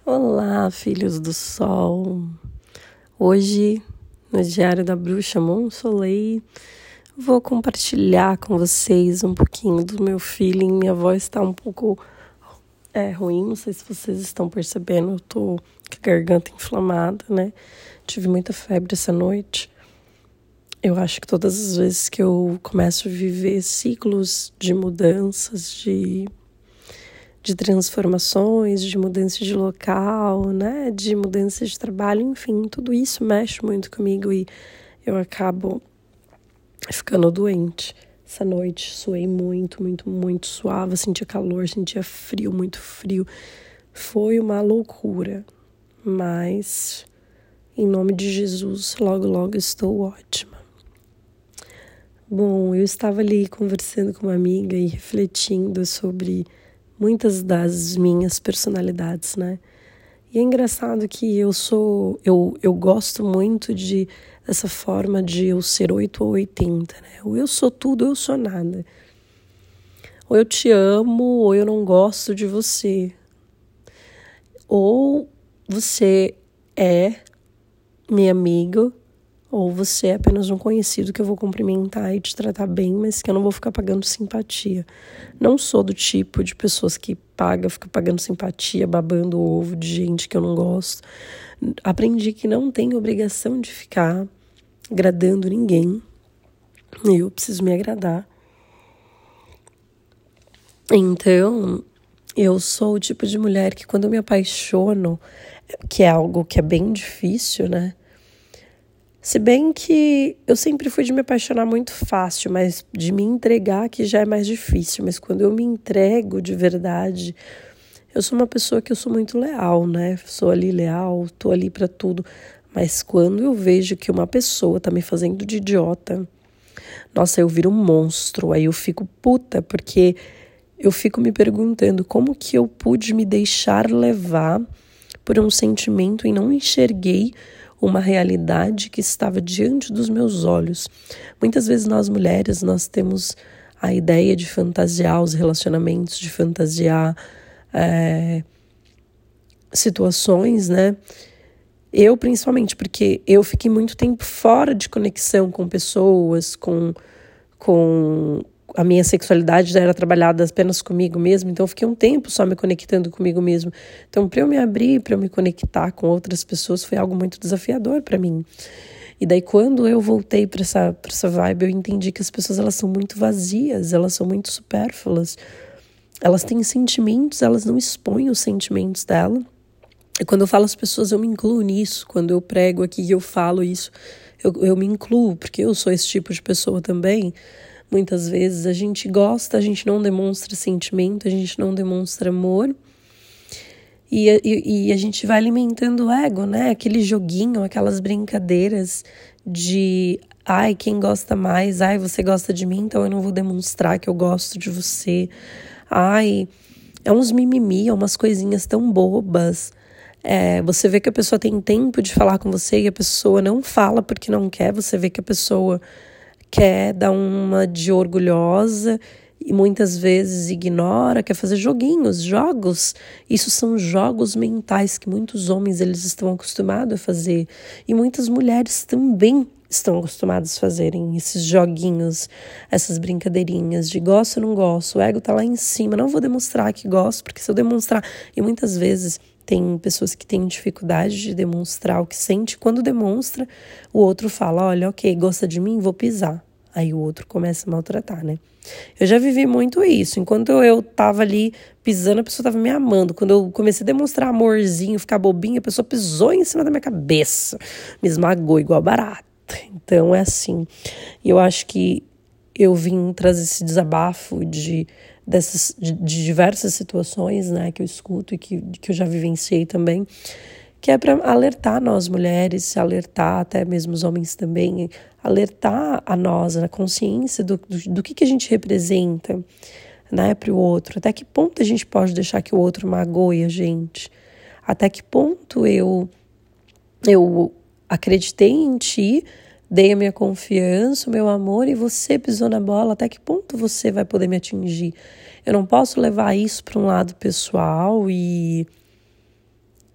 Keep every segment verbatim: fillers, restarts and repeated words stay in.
Olá, filhos do sol. Hoje, no Diário da Bruxa Monsoleil, vou compartilhar com vocês um pouquinho do meu feeling. Minha voz está um pouco é, ruim, não sei se vocês estão percebendo. Eu tô com a garganta inflamada, né? Tive muita febre essa noite. Eu acho que todas as vezes que eu começo a viver ciclos de mudanças, de... de transformações, de mudança de local, né, de mudança de trabalho, enfim, tudo isso mexe muito comigo e eu acabo ficando doente. Essa noite suei muito, muito, muito suava, sentia calor, sentia frio, muito frio. Foi uma loucura, mas em nome de Jesus, logo, logo estou ótima. Bom, eu estava ali conversando com uma amiga e refletindo sobre muitas das minhas personalidades, né? E é engraçado que eu sou, eu, eu gosto muito de dessa forma de eu ser oito ou oitenta, né? Ou eu sou tudo, ou eu sou nada. Ou eu te amo, ou eu não gosto de você. Ou você é minha amiga, ou você é apenas um conhecido que eu vou cumprimentar e te tratar bem, mas que eu não vou ficar pagando simpatia. Não sou do tipo de pessoas que paga, fica pagando simpatia, babando o ovo de gente que eu não gosto. Aprendi que não tenho obrigação de ficar agradando ninguém. Eu preciso me agradar. Então, eu sou o tipo de mulher que quando eu me apaixono, que é algo que é bem difícil, né? Se bem que eu sempre fui de me apaixonar muito fácil, mas de me entregar que já é mais difícil. Mas quando eu me entrego de verdade, eu sou uma pessoa que eu sou muito leal, né? Sou ali leal, tô ali pra tudo. Mas quando eu vejo que uma pessoa tá me fazendo de idiota, nossa, eu viro um monstro. Aí eu fico puta, porque eu fico me perguntando como que eu pude me deixar levar por um sentimento e não enxerguei uma realidade que estava diante dos meus olhos. Muitas vezes nós mulheres, nós temos a ideia de fantasiar os relacionamentos, de fantasiar é, situações, né? Eu, principalmente, porque eu fiquei muito tempo fora de conexão com pessoas, com... com a minha sexualidade já era trabalhada apenas comigo mesmo, então eu fiquei um tempo só me conectando comigo mesmo. Então, para eu me abrir, para eu me conectar com outras pessoas, foi algo muito desafiador para mim. E daí, quando eu voltei para essa, para essa vibe, eu entendi que as pessoas elas são muito vazias, elas são muito supérfluas. Elas têm sentimentos, elas não expõem os sentimentos dela. E quando eu falo as pessoas, eu me incluo nisso. Quando eu prego aqui e eu falo isso, eu, eu me incluo, porque eu sou esse tipo de pessoa também. Muitas vezes a gente gosta, a gente não demonstra sentimento, a gente não demonstra amor. E, e, e a gente vai alimentando o ego, né? Aquele joguinho, aquelas brincadeiras de... Ai, quem gosta mais? Ai, você gosta de mim, então eu não vou demonstrar que eu gosto de você. Ai, é uns mimimi, é umas coisinhas tão bobas. É, você vê que a pessoa tem tempo de falar com você e a pessoa não fala porque não quer. Você vê que a pessoa... quer dar uma de orgulhosa e muitas vezes ignora, quer fazer joguinhos, jogos. Isso são jogos mentais que muitos homens eles estão acostumados a fazer e muitas mulheres também estão acostumadas a fazerem esses joguinhos, essas brincadeirinhas de gosto ou não gosto, o ego tá lá em cima, não vou demonstrar que gosto, porque se eu demonstrar, e muitas vezes tem pessoas que têm dificuldade de demonstrar o que sente. Quando demonstra, o outro fala, olha, ok, gosta de mim, vou pisar. Aí o outro começa a maltratar, né? Eu já vivi muito isso. Enquanto eu tava ali pisando, a pessoa tava me amando. Quando eu comecei a demonstrar amorzinho, ficar bobinha, a pessoa pisou em cima da minha cabeça. Me esmagou igual barata. Então é assim. E eu acho que eu vim trazer esse desabafo de... Dessas, de, de diversas situações, né, que eu escuto e que, que eu já vivenciei também, que é para alertar nós mulheres, alertar até mesmo os homens também, alertar a nós, a consciência do, do, do que, que a gente representa, né, para o outro, até que ponto a gente pode deixar que o outro magoe a gente, até que ponto eu, eu acreditei em ti, dei a minha confiança, o meu amor e você pisou na bola, até que ponto você vai poder me atingir? Eu não posso levar isso para um lado pessoal e,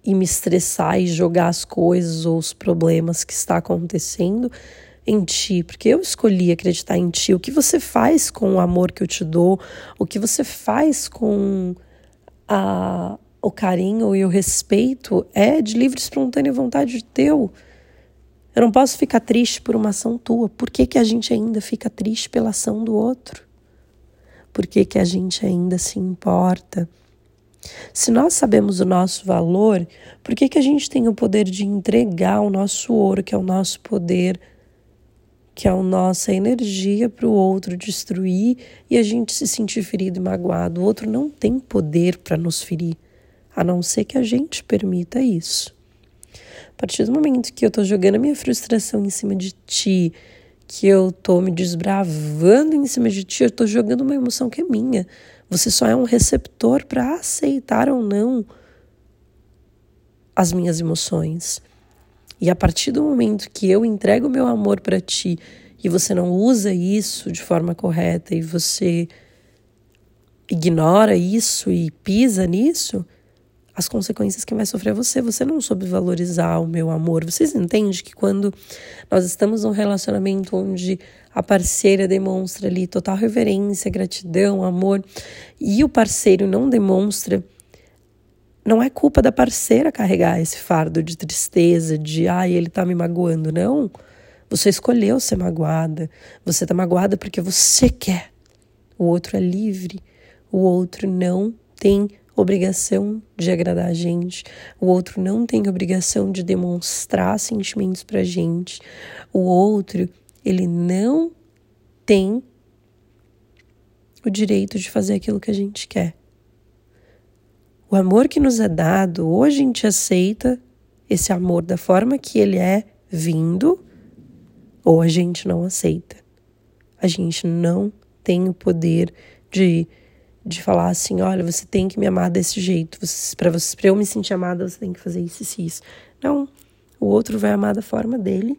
e me estressar e jogar as coisas ou os problemas que está acontecendo em ti, porque eu escolhi acreditar em ti. O que você faz com o amor que eu te dou, o que você faz com a, o carinho e o respeito é de livre e espontânea vontade teu. Eu não posso ficar triste por uma ação tua. Por que que a gente ainda fica triste pela ação do outro? Por que que a gente ainda se importa? Se nós sabemos o nosso valor, por que que a gente tem o poder de entregar o nosso ouro, que é o nosso poder, que é a nossa energia, para o outro destruir e a gente se sentir ferido e magoado? O outro não tem poder para nos ferir, a não ser que a gente permita isso. A partir do momento que eu estou jogando a minha frustração em cima de ti, que eu estou me desbravando em cima de ti, eu estou jogando uma emoção que é minha. Você só é um receptor para aceitar ou não as minhas emoções. E a partir do momento que eu entrego o meu amor para ti e você não usa isso de forma correta e você ignora isso e pisa nisso, as consequências que vai sofrer é você. Você não soube valorizar o meu amor. Vocês entendem que quando nós estamos num relacionamento onde a parceira demonstra ali total reverência, gratidão, amor, e o parceiro não demonstra, não é culpa da parceira carregar esse fardo de tristeza, de ai, ele tá me magoando. Não, você escolheu ser magoada. Você tá magoada porque você quer. O outro é livre. O outro não tem obrigação de agradar a gente. O outro não tem obrigação de demonstrar sentimentos pra gente. O outro, ele não tem o direito de fazer aquilo que a gente quer. O amor que nos é dado, ou a gente aceita esse amor da forma que ele é vindo, ou a gente não aceita. A gente não tem o poder de, de falar assim, olha, você tem que me amar desse jeito. Para eu me sentir amada, você tem que fazer isso e isso. Não, o outro vai amar da forma dele.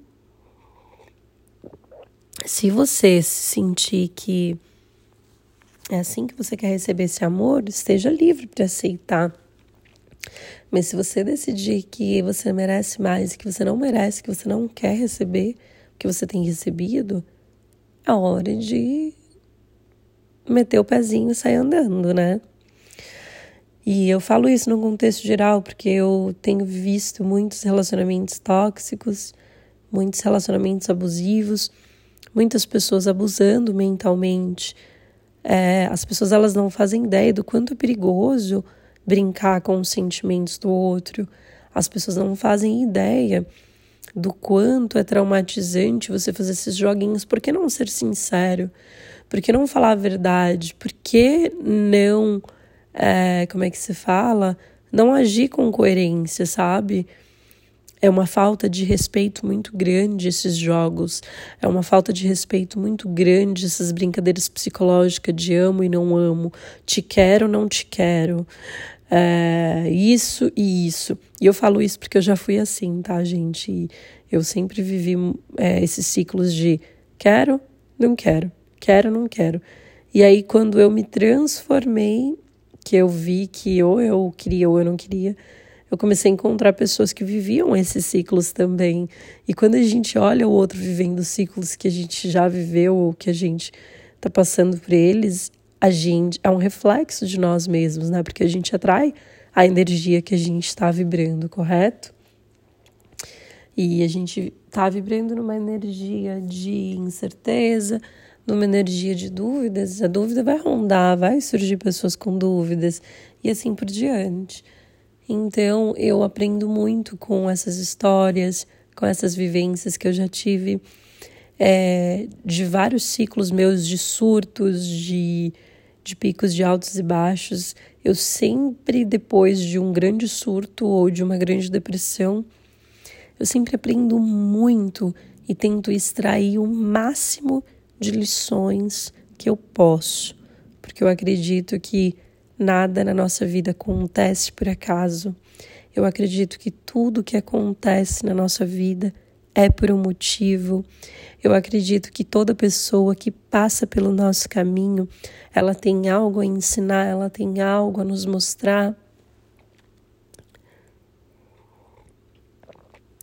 Se você sentir que é assim que você quer receber esse amor, esteja livre para aceitar. Mas se você decidir que você merece mais, que você não merece, que você não quer receber o que você tem recebido, é hora de meter o pezinho e sair andando, né? E eu falo isso num contexto geral, porque eu tenho visto muitos relacionamentos tóxicos, muitos relacionamentos abusivos, muitas pessoas abusando mentalmente. É, as pessoas elas não fazem ideia do quanto é perigoso brincar com os sentimentos do outro. As pessoas não fazem ideia do quanto é traumatizante você fazer esses joguinhos. Por que não ser sincero? Por que não falar a verdade? Por que não, é, como é que se fala? Não agir com coerência, sabe? É uma falta de respeito muito grande esses jogos. É uma falta de respeito muito grande essas brincadeiras psicológicas de amo e não amo, te quero, não te quero. É, isso e isso. E eu falo isso porque eu já fui assim, tá, gente? E eu sempre vivi é, esses ciclos de quero, não quero, quero, não quero. E aí quando eu me transformei, que eu vi que ou eu queria ou eu não queria, eu comecei a encontrar pessoas que viviam esses ciclos também. E quando a gente olha o outro vivendo ciclos que a gente já viveu ou que a gente está passando por eles, a gente é um reflexo de nós mesmos, né? Porque a gente atrai a energia que a gente está vibrando, correto? E a gente está vibrando numa energia de incerteza, numa energia de dúvidas. A dúvida vai rondar, vai surgir pessoas com dúvidas e assim por diante. Então, eu aprendo muito com essas histórias, com essas vivências que eu já tive, é, de vários ciclos meus de surtos, de, de picos de altos e baixos. Eu sempre, depois de um grande surto ou de uma grande depressão, eu sempre aprendo muito e tento extrair o máximo de lições que eu posso, porque eu acredito que nada na nossa vida acontece por acaso. Eu acredito que tudo que acontece na nossa vida é por um motivo. Eu acredito que toda pessoa que passa pelo nosso caminho, ela tem algo a ensinar, ela tem algo a nos mostrar.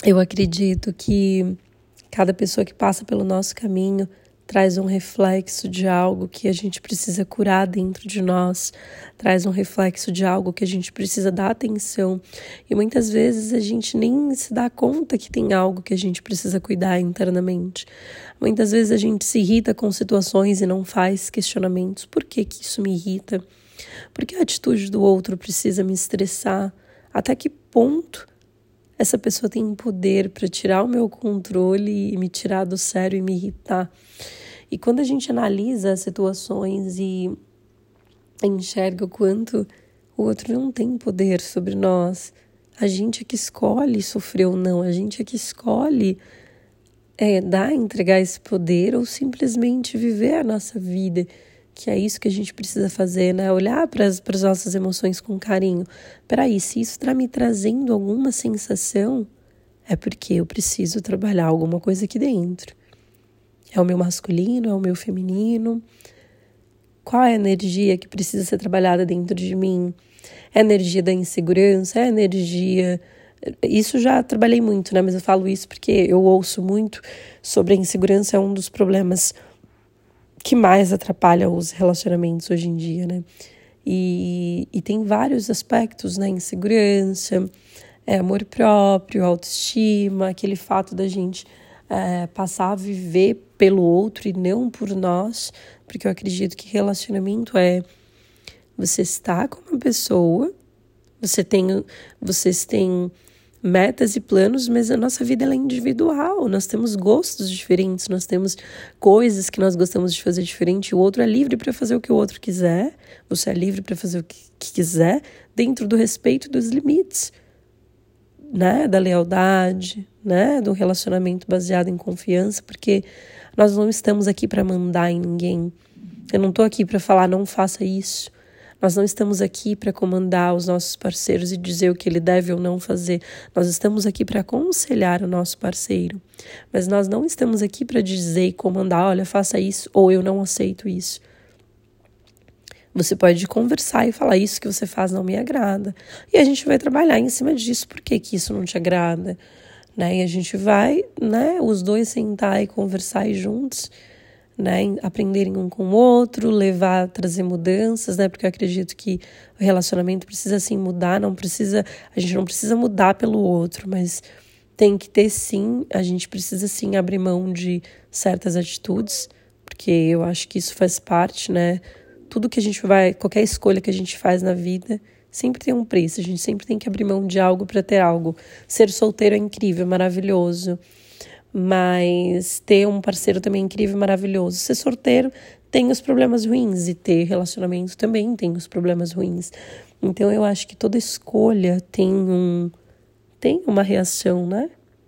Eu acredito que cada pessoa que passa pelo nosso caminho traz um reflexo de algo que a gente precisa curar dentro de nós, traz um reflexo de algo que a gente precisa dar atenção. E muitas vezes a gente nem se dá conta que tem algo que a gente precisa cuidar internamente. Muitas vezes a gente se irrita com situações e não faz questionamentos. Por que que isso me irrita? Por que a atitude do outro precisa me estressar? Até que ponto essa pessoa tem poder para tirar o meu controle e me tirar do sério e me irritar? E quando a gente analisa as situações e enxerga o quanto o outro não tem poder sobre nós, a gente é que escolhe sofrer ou não, a gente é que escolhe é, dar, entregar esse poder ou simplesmente viver a nossa vida, que é isso que a gente precisa fazer, né? Olhar para as nossas emoções com carinho. Peraí, se isso está me trazendo alguma sensação, é porque eu preciso trabalhar alguma coisa aqui dentro. É o meu masculino, é o meu feminino? Qual é a energia que precisa ser trabalhada dentro de mim? É a energia da insegurança? É a energia... Isso já trabalhei muito, né? Mas eu falo isso porque eu ouço muito sobre a insegurança, é um dos problemas que mais atrapalha os relacionamentos hoje em dia, né? E, e tem vários aspectos, né? Insegurança, é, amor próprio, autoestima, aquele fato da gente é, passar a viver pelo outro e não por nós, porque eu acredito que relacionamento é você estar com uma pessoa, você tem, vocês têm metas e planos, mas a nossa vida ela é individual, nós temos gostos diferentes, nós temos coisas que nós gostamos de fazer diferente, o outro é livre para fazer o que o outro quiser, você é livre para fazer o que, que quiser, dentro do respeito dos limites, né, da lealdade, né, do relacionamento baseado em confiança, porque nós não estamos aqui para mandar em ninguém, eu não estou aqui para falar não faça isso. Nós não estamos aqui para comandar os nossos parceiros e dizer o que ele deve ou não fazer. Nós estamos aqui para aconselhar o nosso parceiro. Mas nós não estamos aqui para dizer e comandar, olha, faça isso ou eu não aceito isso. Você pode conversar e falar, isso que você faz não me agrada. E a gente vai trabalhar em cima disso, por que que isso não te agrada? Né? E a gente vai, né, os dois sentar e conversar e juntos, né, aprenderem um com o outro, levar, trazer mudanças, né, porque eu acredito que o relacionamento precisa sim mudar, não precisa, a gente não precisa mudar pelo outro, mas tem que ter sim, a gente precisa sim abrir mão de certas atitudes, porque eu acho que isso faz parte, né, tudo que a gente vai, qualquer escolha que a gente faz na vida, sempre tem um preço, a gente sempre tem que abrir mão de algo para ter algo. Ser solteiro é incrível, maravilhoso, mas ter um parceiro também é incrível e maravilhoso. Ser solteiro tem os problemas ruins e ter relacionamento também tem os problemas ruins. Então eu acho que toda escolha tem um tem uma reação, né?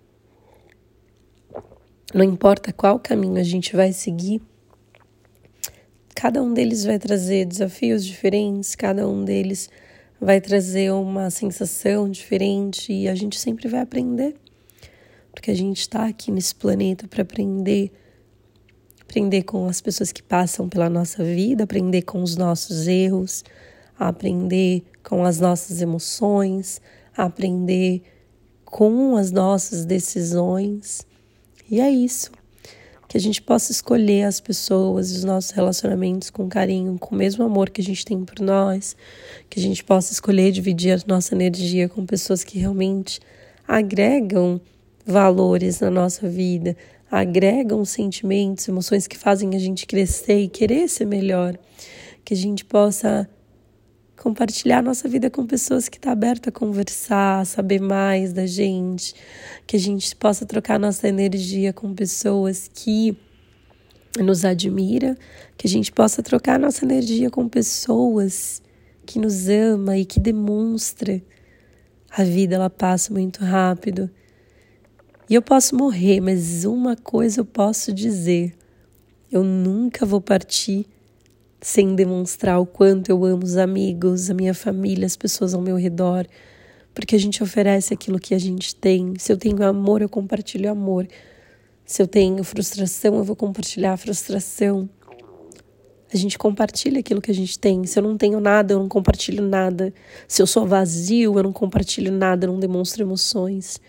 Não importa qual caminho a gente vai seguir, cada um deles vai trazer desafios diferentes, cada um deles vai trazer uma sensação diferente e a gente sempre vai aprender. Porque a gente está aqui nesse planeta para aprender, aprender com as pessoas que passam pela nossa vida, aprender com os nossos erros, aprender com as nossas emoções, aprender com as nossas decisões. E é isso, que a gente possa escolher as pessoas e os nossos relacionamentos com carinho, com o mesmo amor que a gente tem por nós, que a gente possa escolher dividir a nossa energia com pessoas que realmente agregam valores na nossa vida, agregam sentimentos, emoções que fazem a gente crescer e querer ser melhor, que a gente possa compartilhar nossa vida com pessoas que estão abertas a conversar, a saber mais da gente, que a gente possa trocar nossa energia com pessoas que nos admiram, que a gente possa trocar nossa energia com pessoas que nos amam e que demonstram. A vida ela passa muito rápido. E eu posso morrer, mas uma coisa eu posso dizer, eu nunca vou partir sem demonstrar o quanto eu amo os amigos, a minha família, as pessoas ao meu redor, porque a gente oferece aquilo que a gente tem. Se eu tenho amor, eu compartilho amor. Se eu tenho frustração, eu vou compartilhar a frustração. A gente compartilha aquilo que a gente tem. Se eu não tenho nada, eu não compartilho nada. Se eu sou vazio, eu não compartilho nada, eu não demonstro emoções.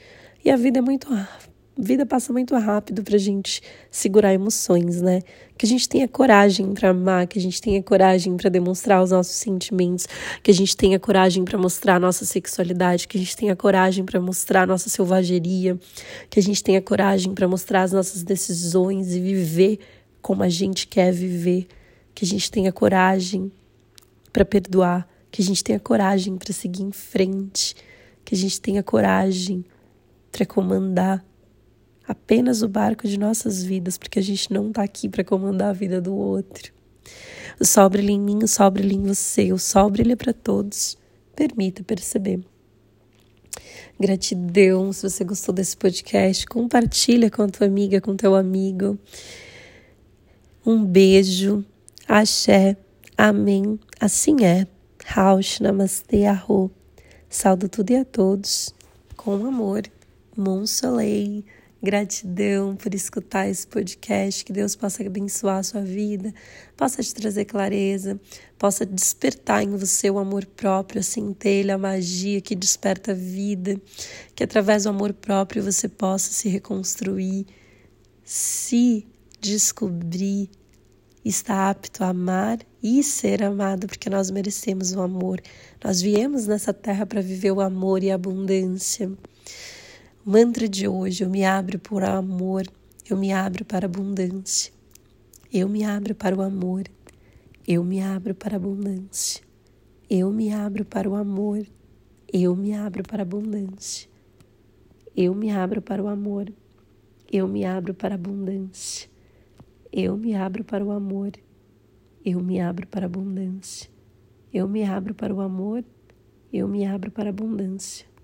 E a vida é muito rápida. A vida passa muito rápido pra gente segurar emoções, né? Que a gente tenha coragem pra amar, que a gente tenha coragem pra demonstrar os nossos sentimentos, que a gente tenha coragem pra mostrar a nossa sexualidade, que a gente tenha coragem pra mostrar a nossa selvageria, que a gente tenha coragem pra mostrar as nossas decisões e viver como a gente quer viver, que a gente tenha coragem pra perdoar, que a gente tenha coragem pra seguir em frente, que a gente tenha coragem pra comandar apenas o barco de nossas vidas, porque a gente não tá aqui para comandar a vida do outro. O sol brilha em mim, o sol brilha em você, o sol brilha para todos. Permita perceber. Gratidão, se você gostou desse podcast, compartilha com a tua amiga, com teu amigo. Um beijo, axé, amém, assim é. Raush, namastê, arro. Saúdo tudo e a todos com amor. Mon Soleil. Gratidão por escutar esse podcast, que Deus possa abençoar a sua vida, possa te trazer clareza, possa despertar em você o amor próprio, a centelha, a magia que desperta a vida, que através do amor próprio você possa se reconstruir, se descobrir, estar apto a amar e ser amado, porque nós merecemos o amor. Nós viemos nessa terra para viver o amor e a abundância. Mantra de hoje: eu me abro para o amor, eu me abro para a abundância, eu me abro para o amor, eu me abro para a abundância, eu me abro para o amor, eu me abro para a abundância, eu me abro para o amor, eu me abro para a abundância, eu me abro para o amor, eu me abro para a abundância, eu me abro para o amor, eu me abro para a abundância.